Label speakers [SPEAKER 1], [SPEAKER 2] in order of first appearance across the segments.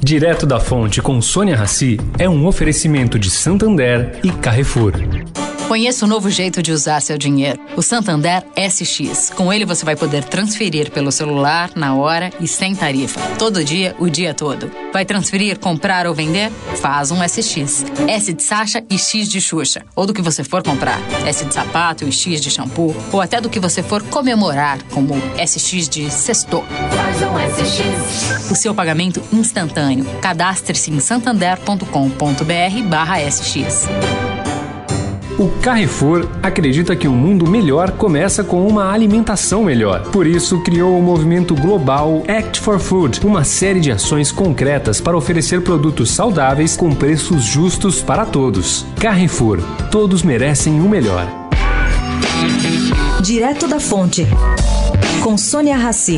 [SPEAKER 1] Direto da Fonte com Sônia Rassi é um oferecimento de Santander e Carrefour.
[SPEAKER 2] Conheça o novo jeito de usar seu dinheiro, o Santander SX. Com ele você vai poder transferir pelo celular, na hora e sem tarifa. Todo dia, o dia todo. Vai transferir, comprar ou vender? Faz um SX. S de Sacha e X de Xuxa. Ou do que você for comprar. S de sapato e X de shampoo. Ou até do que você for comemorar, como SX de sexto.
[SPEAKER 3] Faz um SX.
[SPEAKER 2] O seu pagamento instantâneo. Cadastre-se em santander.com.br/SX.
[SPEAKER 1] O Carrefour acredita que um mundo melhor começa com uma alimentação melhor. Por isso, criou o movimento global Act for Food, uma série de ações concretas para oferecer produtos saudáveis com preços justos para todos. Carrefour, todos merecem o melhor.
[SPEAKER 4] Direto da Fonte, com Sônia Rassi.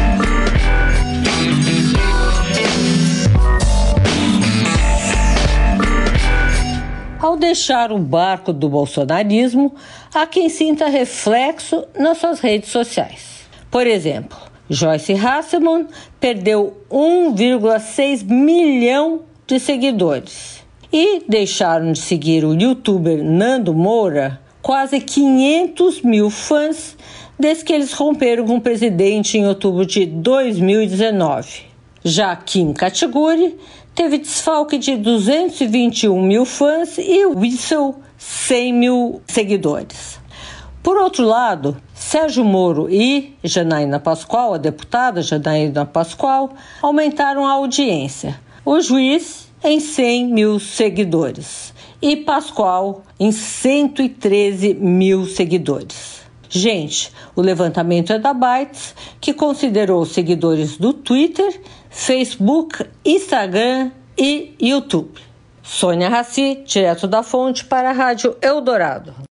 [SPEAKER 5] Ao deixar o barco do bolsonarismo, há quem sinta reflexo nas suas redes sociais. Por exemplo, Joyce Hasselman perdeu 1,6 milhão de seguidores. E deixaram de seguir o youtuber Nando Moura quase 500 mil fãs desde que eles romperam com o presidente em outubro de 2019. Já Kim Kataguiri teve desfalque de 221 mil fãs e Whistle 100 mil seguidores. Por outro lado, Sérgio Moro e Janaína Pascoal, a deputada Janaína Pascoal, aumentaram a audiência. O Juiz em 100 mil seguidores e Pascoal em 113 mil seguidores. Gente, o levantamento é da Bytes, que considerou os seguidores do Twitter, Facebook, Instagram e YouTube. Sônia Rassi, direto da Fonte para a Rádio Eldorado.